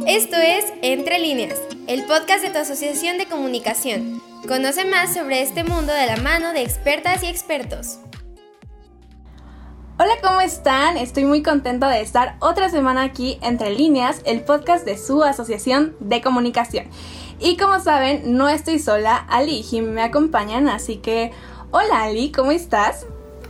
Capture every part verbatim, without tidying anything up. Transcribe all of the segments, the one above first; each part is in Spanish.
Esto es Entre Líneas, el podcast de tu asociación de comunicación. Conoce más sobre este mundo de la mano de expertas y expertos. Hola, ¿cómo están? Estoy muy contenta de estar otra semana aquí Entre Líneas, el podcast de su asociación de comunicación. Y como saben, no estoy sola, Ali y Jim me acompañan, así que... Hola Ali, ¿cómo estás?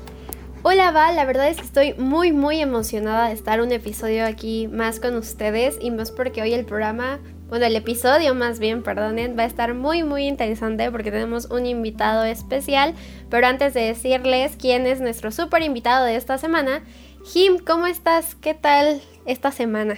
Hola Val, la verdad es que estoy muy muy emocionada de estar un episodio aquí más con ustedes y más porque hoy el programa, bueno el episodio más bien, perdonen, va a estar muy muy interesante porque tenemos un invitado especial, pero antes de decirles quién es nuestro súper invitado de esta semana, Jim, ¿cómo estás? ¿Qué tal esta semana?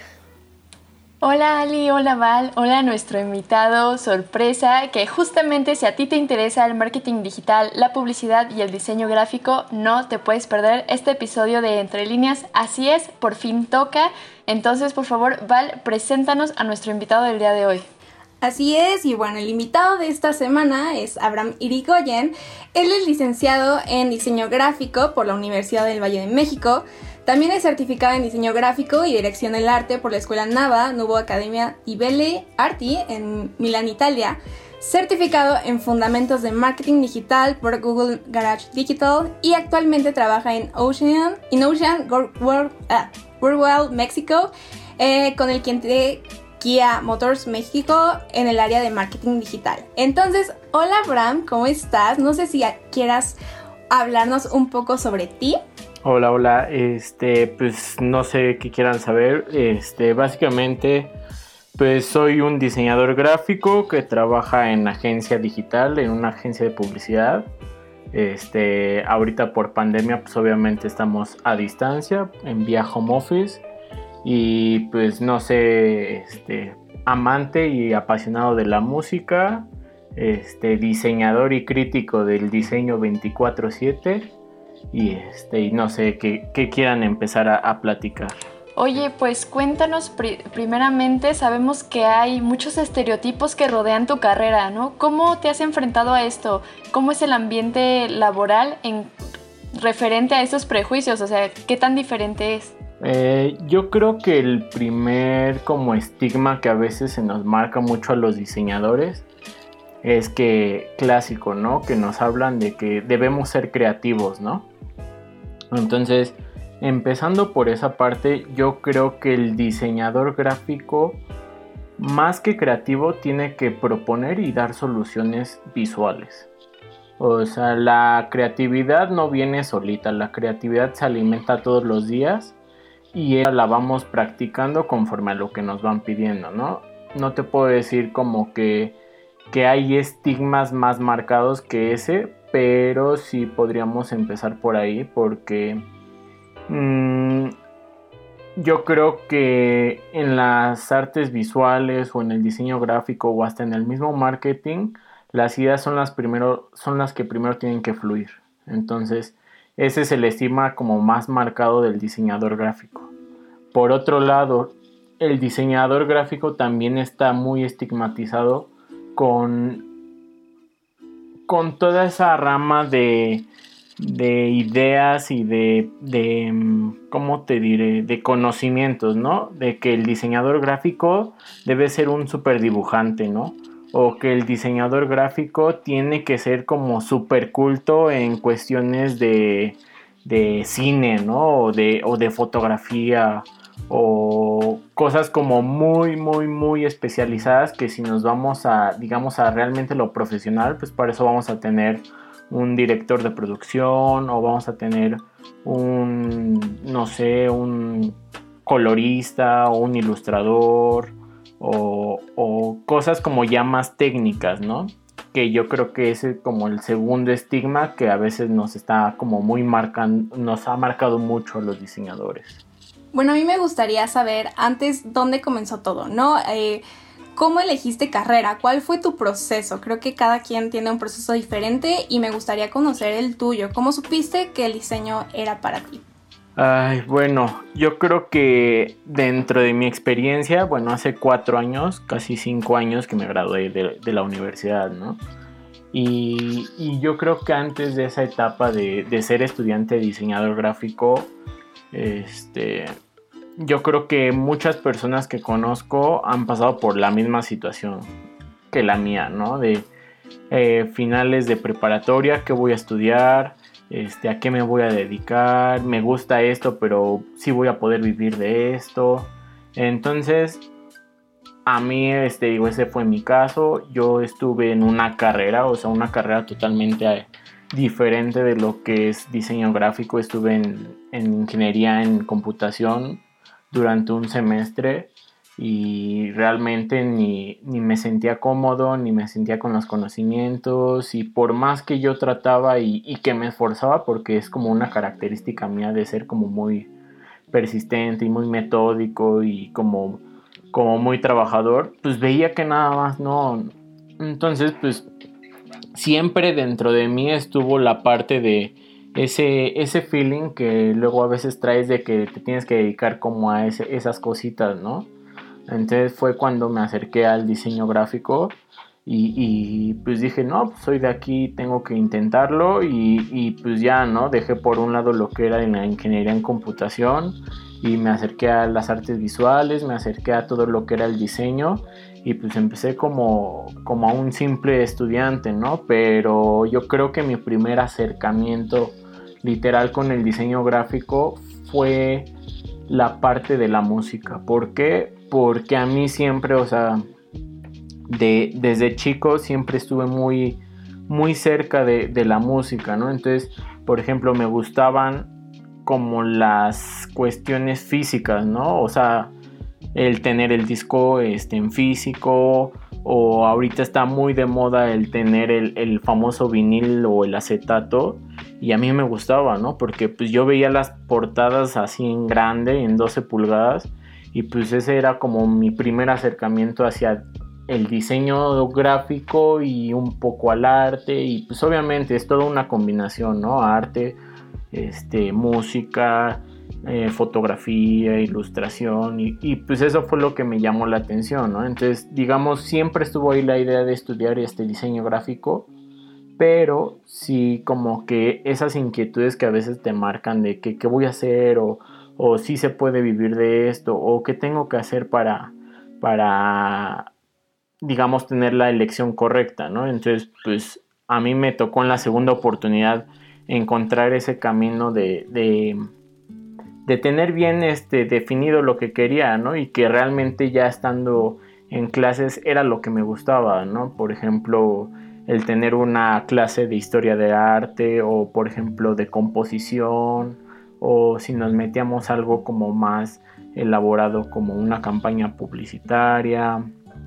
Hola Ali, hola Val, hola nuestro invitado sorpresa, que justamente si a ti te interesa el marketing digital, la publicidad y el diseño gráfico, no te puedes perder este episodio de Entre Líneas. Así es, por fin toca. Entonces, por favor, Val, preséntanos a nuestro invitado del día de hoy. Así es, y bueno, el invitado de esta semana es Abraham Irigoyen. Él es licenciado en diseño gráfico por la Universidad del Valle de México. También es certificado en diseño gráfico y dirección del arte por la Escuela Nava Nuovo Accademia di Belle Arti en Milán, Italia. Certificado en fundamentos de marketing digital por Google Garage Digital y actualmente trabaja en Ocean, in Ocean World, uh, Worldwide México eh, con el cliente Kia Motors México en el área de marketing digital. Entonces, hola Abraham, ¿cómo estás? No sé si quieras hablarnos un poco sobre ti. Hola, hola, este, pues no sé qué quieran saber, este, básicamente, pues soy un diseñador gráfico que trabaja en agencia digital, en una agencia de publicidad. Este, ahorita por pandemia, pues obviamente estamos a distancia, en vía home office, y pues no sé, este, amante y apasionado de la música, este, diseñador y crítico del diseño veinticuatro siete. Y este y no sé qué, qué quieran empezar a, a platicar. Oye, pues cuéntanos pri- primeramente, sabemos que hay muchos estereotipos que rodean tu carrera, ¿no? ¿Cómo te has enfrentado a esto? ¿Cómo es el ambiente laboral en referente a esos prejuicios? O sea, ¿qué tan diferente es? Eh, yo creo que el primer como estigma que a veces se nos marca mucho a los diseñadores es que clásico, ¿no? Que nos hablan de que debemos ser creativos, ¿no? Entonces, empezando por esa parte, yo creo que el diseñador gráfico, más que creativo, tiene que proponer y dar soluciones visuales. O sea, la creatividad no viene solita, la creatividad se alimenta todos los días y la vamos practicando conforme a lo que nos van pidiendo, ¿no? No te puedo decir como que, que hay estigmas más marcados que ese, pero sí podríamos empezar por ahí porque mmm, yo creo que en las artes visuales o en el diseño gráfico o hasta en el mismo marketing, las ideas son las, primero, son las que primero tienen que fluir. Entonces, ese es el estigma como más marcado del diseñador gráfico. Por otro lado, el diseñador gráfico también está muy estigmatizado con, con toda esa rama de, de ideas y de, de, ¿cómo te diré? De conocimientos, ¿no? De que el diseñador gráfico debe ser un súper dibujante, ¿no? O que el diseñador gráfico tiene que ser como súper culto en cuestiones de, de cine, ¿no? O de, o de fotografía, o cosas como muy muy muy especializadas que si nos vamos a, digamos, a realmente lo profesional, pues para eso vamos a tener un director de producción o vamos a tener un, no sé, un colorista o un ilustrador o, o cosas como ya más técnicas, ¿no? Que yo creo que ese es como el segundo estigma que a veces nos está como muy marcando, nos ha marcado mucho a los diseñadores. Bueno, a mí me gustaría saber antes dónde comenzó todo, ¿no? Eh, ¿Cómo elegiste carrera? ¿Cuál fue tu proceso? Creo que cada quien tiene un proceso diferente y me gustaría conocer el tuyo. ¿Cómo supiste que el diseño era para ti? Ay, bueno, yo creo que dentro de mi experiencia, bueno, hace cuatro años, casi cinco años que me gradué de, de la universidad, ¿no? Y, y yo creo que antes de esa etapa de, de ser estudiante de diseñador gráfico, este, yo creo que muchas personas que conozco han pasado por la misma situación que la mía, ¿no? De eh, finales de preparatoria, ¿qué voy a estudiar? Este, ¿a qué me voy a dedicar? Me gusta esto, pero sí voy a poder vivir de esto. Entonces, a mí, este, digo, ese fue mi caso. Yo estuve en una carrera, o sea, una carrera totalmente diferente de lo que es diseño gráfico. Estuve en, en ingeniería en computación durante un semestre y realmente ni, ni me sentía cómodo, ni me sentía con los conocimientos, y por más que yo trataba y, y que me esforzaba, porque es como una característica mía de ser como muy persistente y muy metódico y como, como muy trabajador, pues veía que nada más no. Entonces pues siempre dentro de mí estuvo la parte de ese, ese feeling que luego a veces traes de que te tienes que dedicar como a ese, esas cositas, ¿no? Entonces fue cuando me acerqué al diseño gráfico y, y pues dije, no, pues soy de aquí, tengo que intentarlo, y, y pues ya, ¿no? Dejé por un lado lo que era en la ingeniería en computación y me acerqué a las artes visuales, me acerqué a todo lo que era el diseño, y pues empecé como, como a un simple estudiante, ¿no? Pero yo creo que mi primer acercamiento literal con el diseño gráfico fue la parte de la música. ¿Por qué? Porque a mí siempre, o sea, de, desde chico siempre estuve muy, muy cerca de, de la música, ¿no? Entonces, por ejemplo, me gustaban como las cuestiones físicas, ¿no? O sea, el tener el disco este, en físico, o ahorita está muy de moda el tener el, el famoso vinil o el acetato, y a mí me gustaba, ¿no? Porque pues yo veía las portadas así en grande, en doce pulgadas, y pues ese era como mi primer acercamiento hacia el diseño gráfico y un poco al arte, y pues obviamente es toda una combinación, ¿no? Arte, este, música, eh, fotografía, ilustración, y, y pues eso fue lo que me llamó la atención, ¿no? Entonces, digamos, siempre estuvo ahí la idea de estudiar este diseño gráfico, pero sí como que esas inquietudes que a veces te marcan de que qué voy a hacer, o, o si se puede vivir de esto, o qué tengo que hacer para, para, digamos, tener la elección correcta, ¿no? Entonces, pues a mí me tocó en la segunda oportunidad encontrar ese camino de, de, de tener bien este, definido lo que quería, ¿no? Y que realmente ya estando en clases era lo que me gustaba, ¿no? Por ejemplo, el tener una clase de historia de arte, o por ejemplo de composición, o si nos metíamos algo como más elaborado como una campaña publicitaria,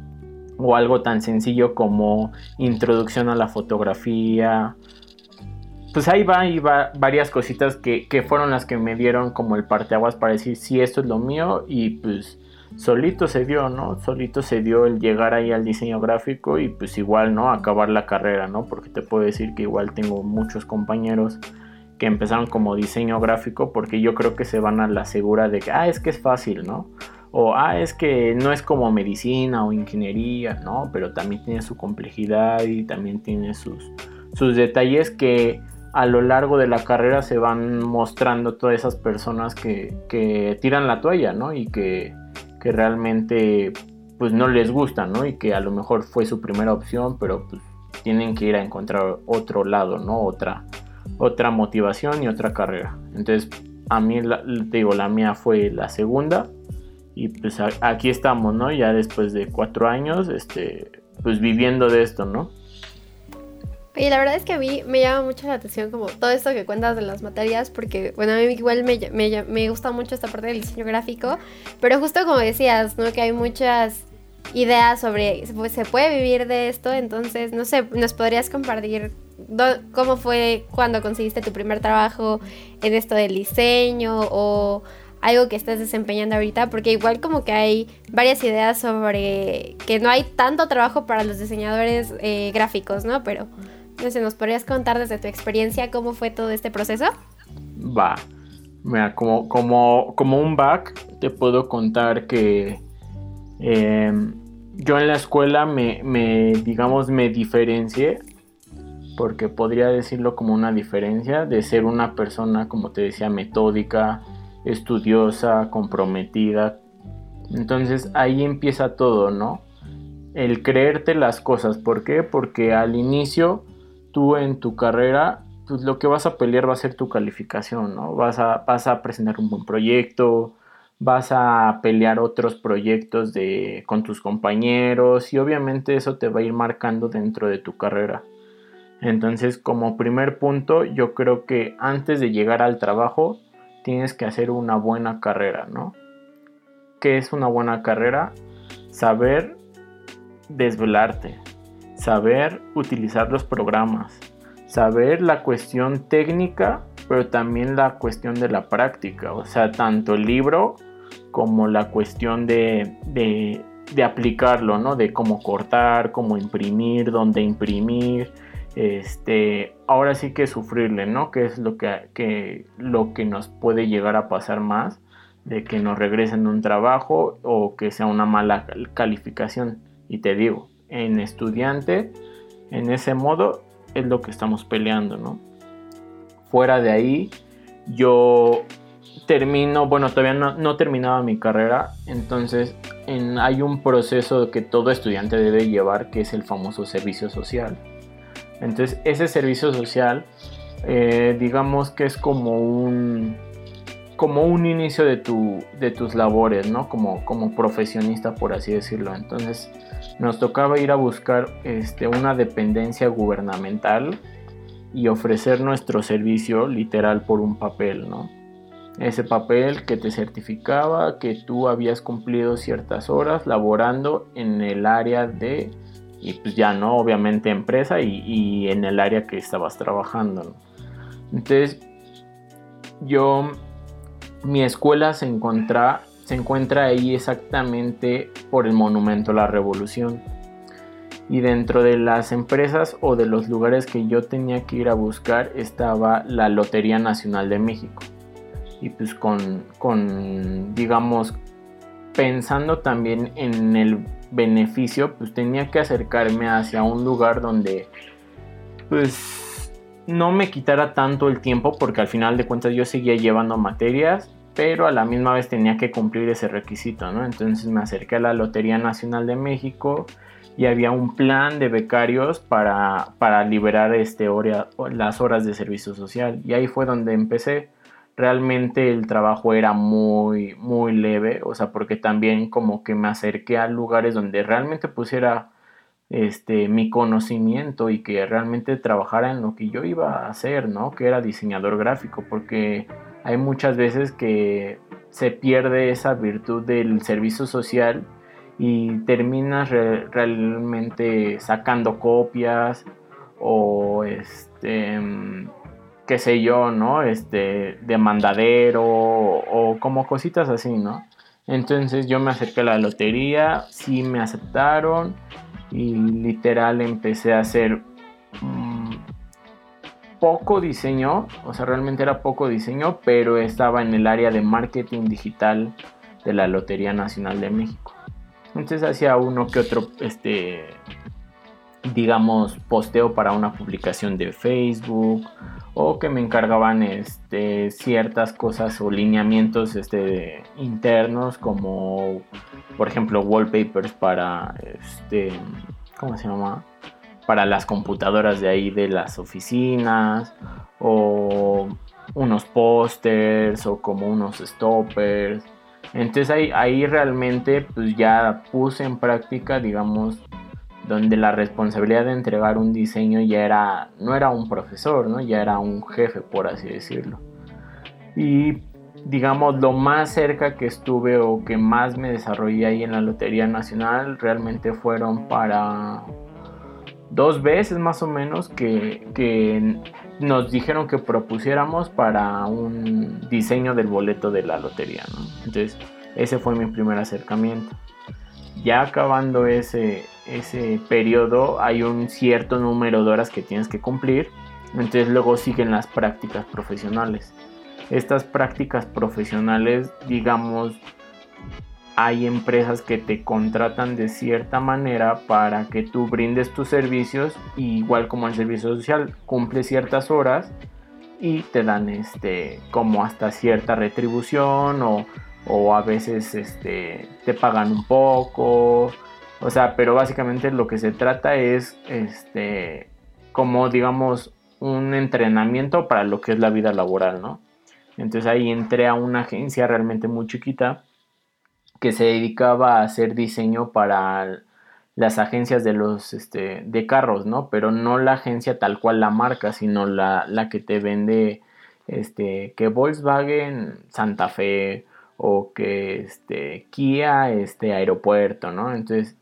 o algo tan sencillo como introducción a la fotografía. Pues ahí va, ahí va varias cositas que, que fueron las que me dieron como el parteaguas para decir sí, esto es lo mío, y pues solito se dio, ¿no? Solito se dio el llegar ahí al diseño gráfico, y pues igual, ¿no? Acabar la carrera, ¿no? Porque te puedo decir que igual tengo muchos compañeros que empezaron como diseño gráfico porque yo creo que se van a la segura de que, ah, es que es fácil, ¿no? O, ah, es que no es como medicina o ingeniería, ¿no? Pero también tiene su complejidad y también tiene sus, sus detalles que a lo largo de la carrera se van mostrando todas esas personas que, que tiran la toalla, ¿no? Y que, que realmente pues no les gusta, ¿no? Y que a lo mejor fue su primera opción, pero pues tienen que ir a encontrar otro lado, ¿no? Otra, otra motivación y otra carrera. Entonces a mí, la, te digo, la mía fue la segunda, y pues a, aquí estamos, ¿no? Ya después de cuatro años, este, pues viviendo de esto, ¿no? Y la verdad es que a mí me llama mucho la atención como todo esto que cuentas de las materias, porque bueno, a mí igual me, me, me gusta mucho esta parte del diseño gráfico, pero justo como decías, ¿no? Que hay muchas ideas sobre pues, se puede vivir de esto. Entonces, no sé, ¿nos podrías compartir do- cómo fue cuando conseguiste tu primer trabajo en esto del diseño, o algo que estés desempeñando ahorita? Porque igual como que hay varias ideas sobre que no hay tanto trabajo para los diseñadores eh, gráficos, ¿no? Pero no sé, ¿nos podrías contar desde tu experiencia cómo fue todo este proceso? Va, mira, como, como, como un back te puedo contar que eh, yo en la escuela me, me, digamos, me diferencié, porque podría decirlo como una diferencia de ser una persona, como te decía, metódica, estudiosa, comprometida. Entonces ahí empieza todo, ¿no? El creerte las cosas. ¿Por qué? Porque al inicio tú en tu carrera, pues lo que vas a pelear va a ser tu calificación, ¿no? Vas a, vas a presentar un buen proyecto, vas a pelear otros proyectos de, con tus compañeros, y obviamente eso te va a ir marcando dentro de tu carrera. Entonces, como primer punto, yo creo que antes de llegar al trabajo tienes que hacer una buena carrera, ¿no? ¿Qué es una buena carrera? Saber desvelarte, saber utilizar los programas, saber la cuestión técnica, pero también la cuestión de la práctica, o sea, tanto el libro como la cuestión de, de, de aplicarlo, ¿no? De cómo cortar, cómo imprimir, dónde imprimir, este, ahora sí que sufrirle, ¿no? Que es lo que, que, lo que nos puede llegar a pasar más, de que nos regresen un trabajo o que sea una mala calificación. Y te digo, en estudiante, en ese modo, es lo que estamos peleando, ¿no? Fuera de ahí, yo termino, bueno, todavía no, no terminaba mi carrera, entonces en, hay un proceso que todo estudiante debe llevar, que es el famoso servicio social. Entonces ese servicio social, eh, digamos que es como un, como un inicio de, tu, de tus labores, ¿no? Como, como profesionista, por así decirlo. Entonces nos tocaba ir a buscar este, una dependencia gubernamental y ofrecer nuestro servicio literal por un papel, ¿no? Ese papel que te certificaba que tú habías cumplido ciertas horas laborando en el área de, y pues ya no, obviamente empresa y, y en el área que estabas trabajando, ¿no? Entonces yo, mi escuela se encuentra, se encuentra ahí exactamente por el Monumento a la Revolución. Y dentro de las empresas o de los lugares que yo tenía que ir a buscar estaba la Lotería Nacional de México. Y pues con, con, digamos, pensando también en el beneficio, pues tenía que acercarme hacia un lugar donde pues no me quitara tanto el tiempo, porque al final de cuentas yo seguía llevando materias, pero a la misma vez tenía que cumplir ese requisito, ¿no? Entonces me acerqué a la Lotería Nacional de México y había un plan de becarios para, para liberar este hora, las horas de servicio social, y ahí fue donde empecé. Realmente el trabajo era muy, muy leve, o sea, porque también como que me acerqué a lugares donde realmente pusiera este, mi conocimiento y que realmente trabajara en lo que yo iba a hacer, ¿no? Que era diseñador gráfico, porque hay muchas veces que se pierde esa virtud del servicio social y terminas re- realmente sacando copias o este... qué sé yo, ¿no? Este, de mandadero o, o como cositas así, ¿no? Entonces yo me acerqué a la lotería, sí me aceptaron y literal empecé a hacer mmm, poco diseño, o sea, realmente era poco diseño, pero estaba en el área de marketing digital de la Lotería Nacional de México. Entonces hacía uno que otro, este, digamos, posteo para una publicación de Facebook, o que me encargaban este, ciertas cosas o lineamientos este, internos, como por ejemplo wallpapers para este, ¿cómo se llama? Para las computadoras de ahí de las oficinas, o unos pósters o como unos stoppers. Entonces ahí, ahí realmente pues ya puse en práctica, digamos, donde la responsabilidad de entregar un diseño ya era, no era un profesor, ¿no? Ya era un jefe, por así decirlo. Y digamos, lo más cerca que estuve o que más me desarrollé ahí en la Lotería Nacional realmente fueron para dos veces más o menos que, que nos dijeron que propusiéramos para un diseño del boleto de la lotería, ¿no? Entonces ese fue mi primer acercamiento. Ya acabando ese, ese periodo hay un cierto número de horas que tienes que cumplir, entonces luego siguen las prácticas profesionales. Estas prácticas profesionales, digamos, hay empresas que te contratan de cierta manera para que tú brindes tus servicios, y igual como el servicio social, cumple ciertas horas y te dan este como hasta cierta retribución o, o a veces este te pagan un poco, o sea, pero básicamente lo que se trata es este como digamos un entrenamiento para lo que es la vida laboral, ¿no? Entonces ahí entré a una agencia realmente muy chiquita que se dedicaba a hacer diseño para las agencias de los este, de carros, ¿no? Pero no la agencia tal cual la marca, sino la, la que te vende este que Volkswagen Santa Fe o que este Kia este aeropuerto, ¿no? Entonces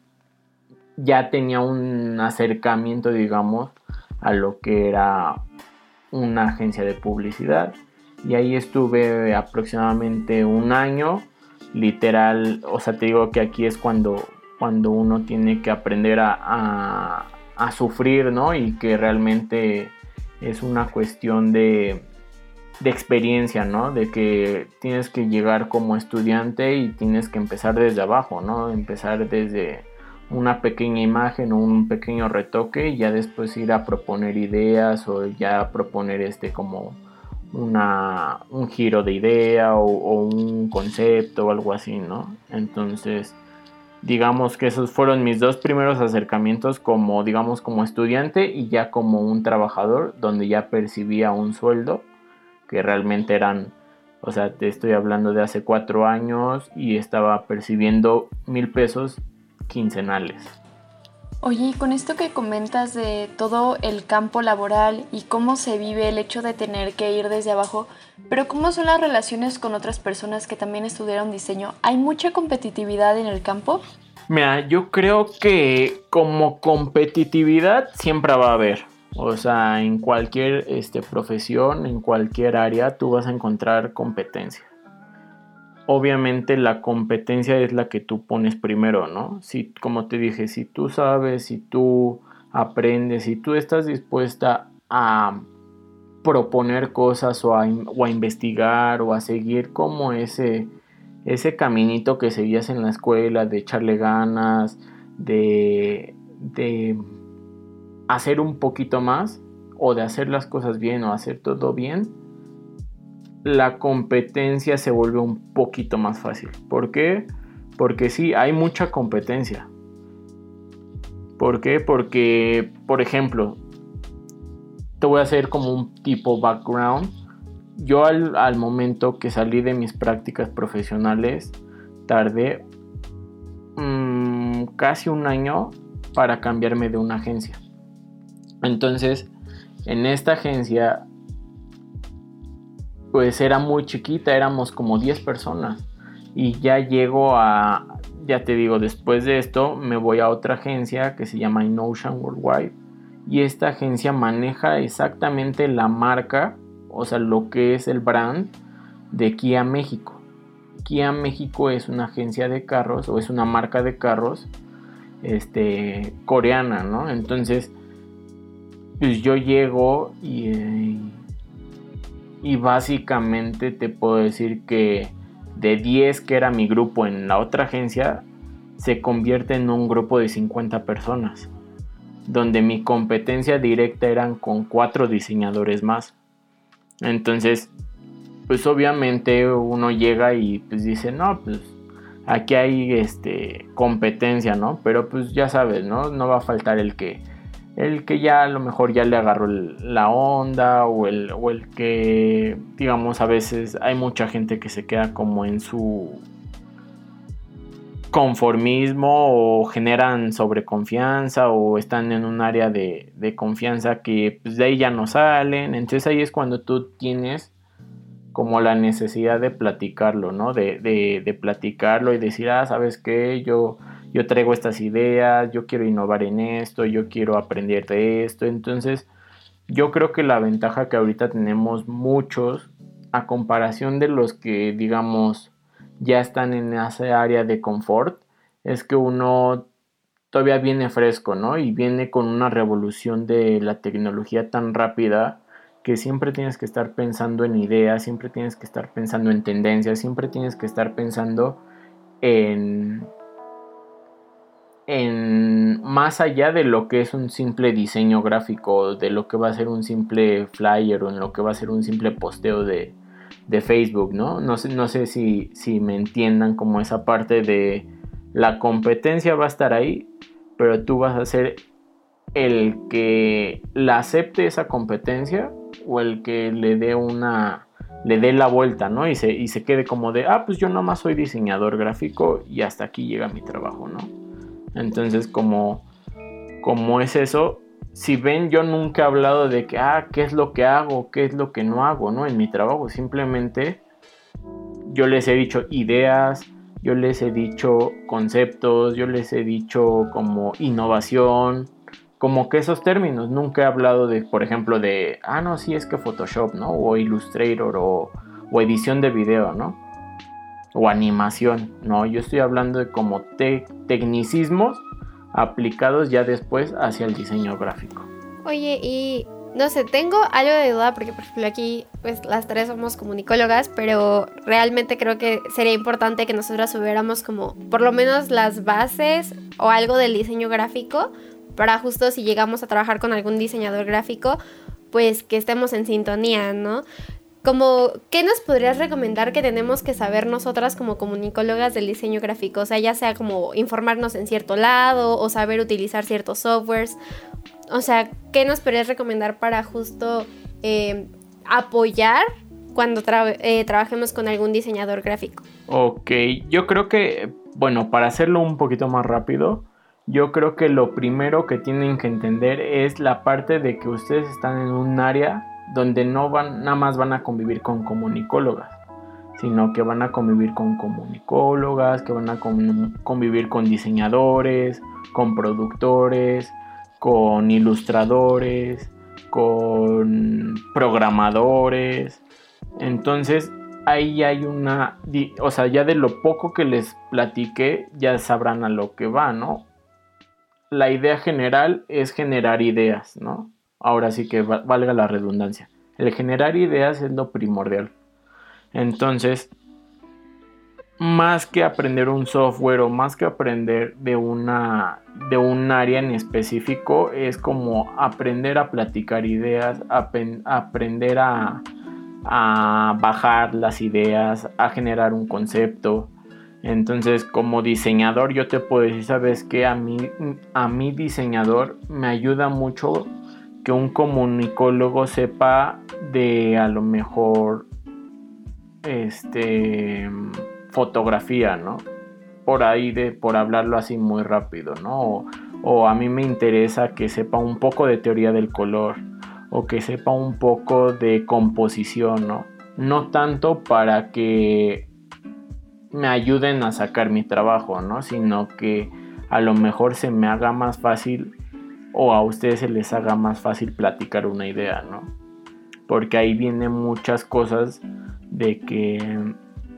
ya tenía un acercamiento, digamos, a lo que era una agencia de publicidad y ahí estuve aproximadamente un año, literal, o sea, te digo que aquí es cuando cuando uno tiene que aprender a, a, a sufrir, ¿no? Y que realmente es una cuestión de, de experiencia, ¿no? De que tienes que llegar como estudiante y tienes que empezar desde abajo, ¿no? Empezar desde una pequeña imagen o un pequeño retoque y ya después ir a proponer ideas o ya proponer este como una, un giro de idea o, o un concepto o algo así, ¿no? Entonces digamos que esos fueron mis dos primeros acercamientos como, digamos, como estudiante y ya como un trabajador, donde ya percibía un sueldo, que realmente eran, o sea, te estoy hablando de hace cuatro años y estaba percibiendo mil pesos quincenales. Oye, y con esto que comentas de todo el campo laboral y cómo se vive el hecho de tener que ir desde abajo, pero ¿cómo son las relaciones con otras personas que también estudiaron diseño? ¿Hay mucha competitividad en el campo? Mira, yo creo que como competitividad siempre va a haber. O sea, en cualquier este, profesión, en cualquier área, tú vas a encontrar competencia. Obviamente la competencia es la que tú pones primero, ¿no? Si, como te dije, si tú sabes, si tú aprendes, si tú estás dispuesta a proponer cosas o a, o a investigar o a seguir como ese, ese caminito que seguías en la escuela, de echarle ganas, de, de hacer un poquito más o de hacer las cosas bien o hacer todo bien, la competencia se vuelve un poquito más fácil. ¿Por qué? Porque sí, hay mucha competencia. ¿Por qué? Porque, por ejemplo, te voy a hacer como un tipo background. Yo al, al momento que salí de mis prácticas profesionales, tardé mmm, casi un año para cambiarme de una agencia. Entonces, en esta agencia pues era muy chiquita, éramos como diez personas y ya llego a, ya te digo, después de esto me voy a otra agencia que se llama InOcean Worldwide y esta agencia maneja exactamente la marca, o sea, lo que es el brand de Kia México. Kia México es una agencia de carros o es una marca de carros este, coreana, ¿no? Entonces, pues yo llego y... Eh, Y básicamente te puedo decir que de diez que era mi grupo en la otra agencia, se convierte en un grupo de cincuenta personas. Donde mi competencia directa eran con cuatro diseñadores más. Entonces, pues obviamente uno llega y pues dice, no, pues aquí hay este, competencia, ¿no? Pero pues ya sabes, ¿no? No va a faltar el que... el que ya a lo mejor ya le agarró la onda o el, o el que, digamos, a veces hay mucha gente que se queda como en su conformismo o generan sobreconfianza o están en un área de, de confianza que pues, de ahí ya no salen. Entonces ahí es cuando tú tienes como la necesidad de platicarlo, ¿no? De, de, de platicarlo y decir, ah, ¿sabes qué? Yo... yo traigo estas ideas, yo quiero innovar en esto, yo quiero aprender de esto. Entonces, yo creo que la ventaja que ahorita tenemos muchos, a comparación de los que, digamos, ya están en esa área de confort, es que uno todavía viene fresco, ¿no? Y viene con una revolución de la tecnología tan rápida que siempre tienes que estar pensando en ideas, siempre tienes que estar pensando en tendencias, siempre tienes que estar pensando en... en más allá de lo que es un simple diseño gráfico, de lo que va a ser un simple flyer o en lo que va a ser un simple posteo de, de Facebook, ¿no? No sé, no sé si, si me entiendan como esa parte de la competencia va a estar ahí, pero tú vas a ser el que la acepte esa competencia o el que le dé una le dé la vuelta, ¿no? Y se, y se quede como de, ah, pues yo nomás soy diseñador gráfico y hasta aquí llega mi trabajo, ¿no? Entonces, como, como es eso, si ven, yo nunca he hablado de que, ah, qué es lo que hago, qué es lo que no hago, ¿no? En mi trabajo, simplemente yo les he dicho ideas, yo les he dicho conceptos, yo les he dicho como innovación, como que esos términos. Nunca he hablado de, por ejemplo, de, ah, no, sí, es que Photoshop, ¿no? O Illustrator, o, o edición de video, ¿no? O animación, ¿no? Yo estoy hablando de como te- tecnicismos aplicados ya después hacia el diseño gráfico. Oye, y no sé, tengo algo de duda porque, por ejemplo, aquí pues las tres somos comunicólogas, pero realmente creo que sería importante que nosotras subiéramos como por lo menos las bases o algo del diseño gráfico para justo si llegamos a trabajar con algún diseñador gráfico, pues que estemos en sintonía, ¿no? Como, ¿qué nos podrías recomendar que tenemos que saber nosotras como comunicólogas del diseño gráfico? O sea, ya sea como informarnos en cierto lado o saber utilizar ciertos softwares. O sea, ¿qué nos podrías recomendar para justo eh, apoyar cuando tra- eh, trabajemos con algún diseñador gráfico? Ok, yo creo que, bueno, para hacerlo un poquito más rápido, yo creo que lo primero que tienen que entender es la parte de que ustedes están en un área donde no van, nada más van a convivir con comunicólogas, sino que van a convivir con comunicólogas, que van a convivir con diseñadores, con productores, con ilustradores, con programadores. Entonces ahí hay una, o sea, ya de lo poco que les platiqué, ya sabrán a lo que va, ¿no? La idea general es generar ideas, ¿no? Ahora sí que valga la redundancia. El generar ideas es lo primordial. Entonces, más que aprender un software o más que aprender de una de un área en específico, es como aprender a platicar ideas, ap- aprender a, a bajar las ideas, a generar un concepto. Entonces, como diseñador, yo te puedo decir, ¿sabes qué? A mí, a mí diseñador me ayuda mucho que un comunicólogo sepa de a lo mejor este fotografía, ¿no? Por ahí de, por hablarlo así muy rápido, ¿no? O, o a mí me interesa que sepa un poco de teoría del color, o que sepa un poco de composición, ¿no? No tanto para que me ayuden a sacar mi trabajo, ¿no? Sino que a lo mejor se me haga más fácil o a ustedes se les haga más fácil platicar una idea, ¿no? Porque ahí vienen muchas cosas de que,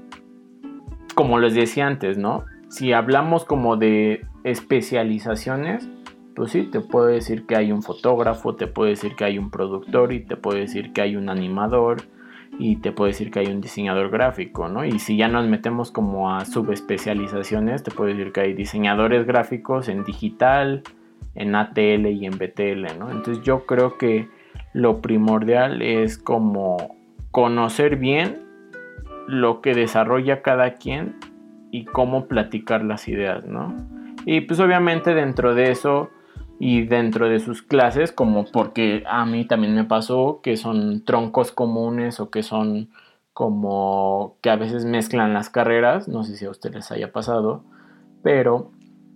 como les decía antes, ¿no? Si hablamos como de especializaciones, pues sí, te puedo decir que hay un fotógrafo, te puedo decir que hay un productor y te puedo decir que hay un animador y te puedo decir que hay un diseñador gráfico, ¿no? Y si ya nos metemos como a subespecializaciones, te puedo decir que hay diseñadores gráficos en digital, en A T L y en B T L, ¿no? Entonces yo creo que lo primordial es como conocer bien lo que desarrolla cada quien y cómo platicar las ideas, ¿no? Y pues obviamente dentro de eso y dentro de sus clases, como porque a mí también me pasó que son troncos comunes o que son como que a veces mezclan las carreras, no sé si a ustedes les haya pasado, pero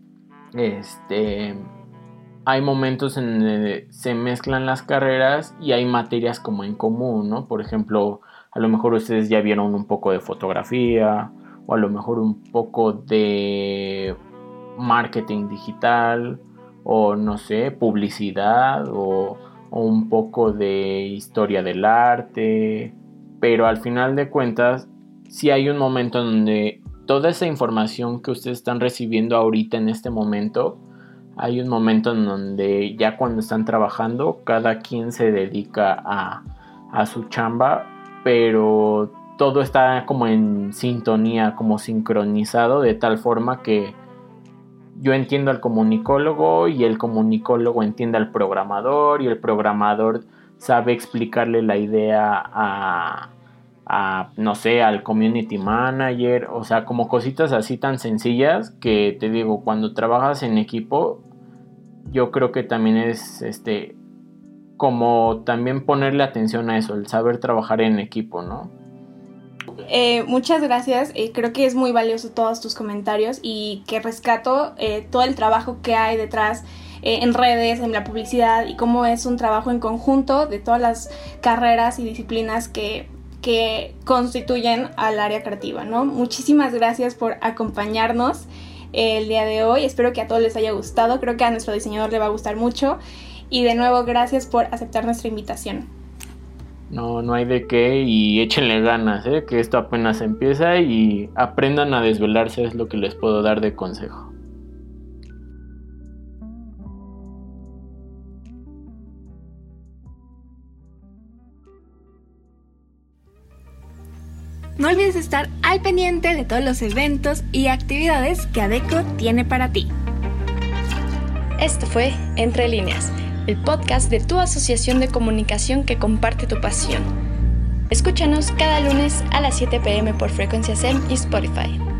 este hay momentos en donde se mezclan las carreras y hay materias como en común, ¿no? Por ejemplo, a lo mejor ustedes ya vieron un poco de fotografía o a lo mejor un poco de marketing digital o no sé, publicidad o, o un poco de historia del arte, pero al final de cuentas sí hay un momento en donde toda esa información que ustedes están recibiendo ahorita en este momento, hay un momento en donde ya cuando están trabajando cada quien se dedica a, a su chamba, pero todo está como en sintonía, como sincronizado de tal forma que yo entiendo al comunicólogo y el comunicólogo entiende al programador y el programador sabe explicarle la idea a, a, no sé, al community manager, o sea, como cositas así tan sencillas que te digo, cuando trabajas en equipo, yo creo que también es este como también ponerle atención a eso, el saber trabajar en equipo, ¿no? Eh, muchas gracias, eh, creo que es muy valioso todos tus comentarios y que rescato eh, todo el trabajo que hay detrás eh, en redes, en la publicidad y cómo es un trabajo en conjunto de todas las carreras y disciplinas que, que constituyen al área creativa, ¿no? Muchísimas gracias por acompañarnos eh, el día de hoy, espero que a todos les haya gustado, creo que a nuestro diseñador le va a gustar mucho y de nuevo gracias por aceptar nuestra invitación. No, no hay de qué y échenle ganas, ¿eh? Que esto apenas empieza y aprendan a desvelarse, es lo que les puedo dar de consejo. No olvides estar al pendiente de todos los eventos y actividades que ADECO tiene para ti. Esto fue Entre Líneas, el podcast de tu asociación de comunicación que comparte tu pasión. Escúchanos cada lunes a las siete p m por Frecuencia S E M y Spotify.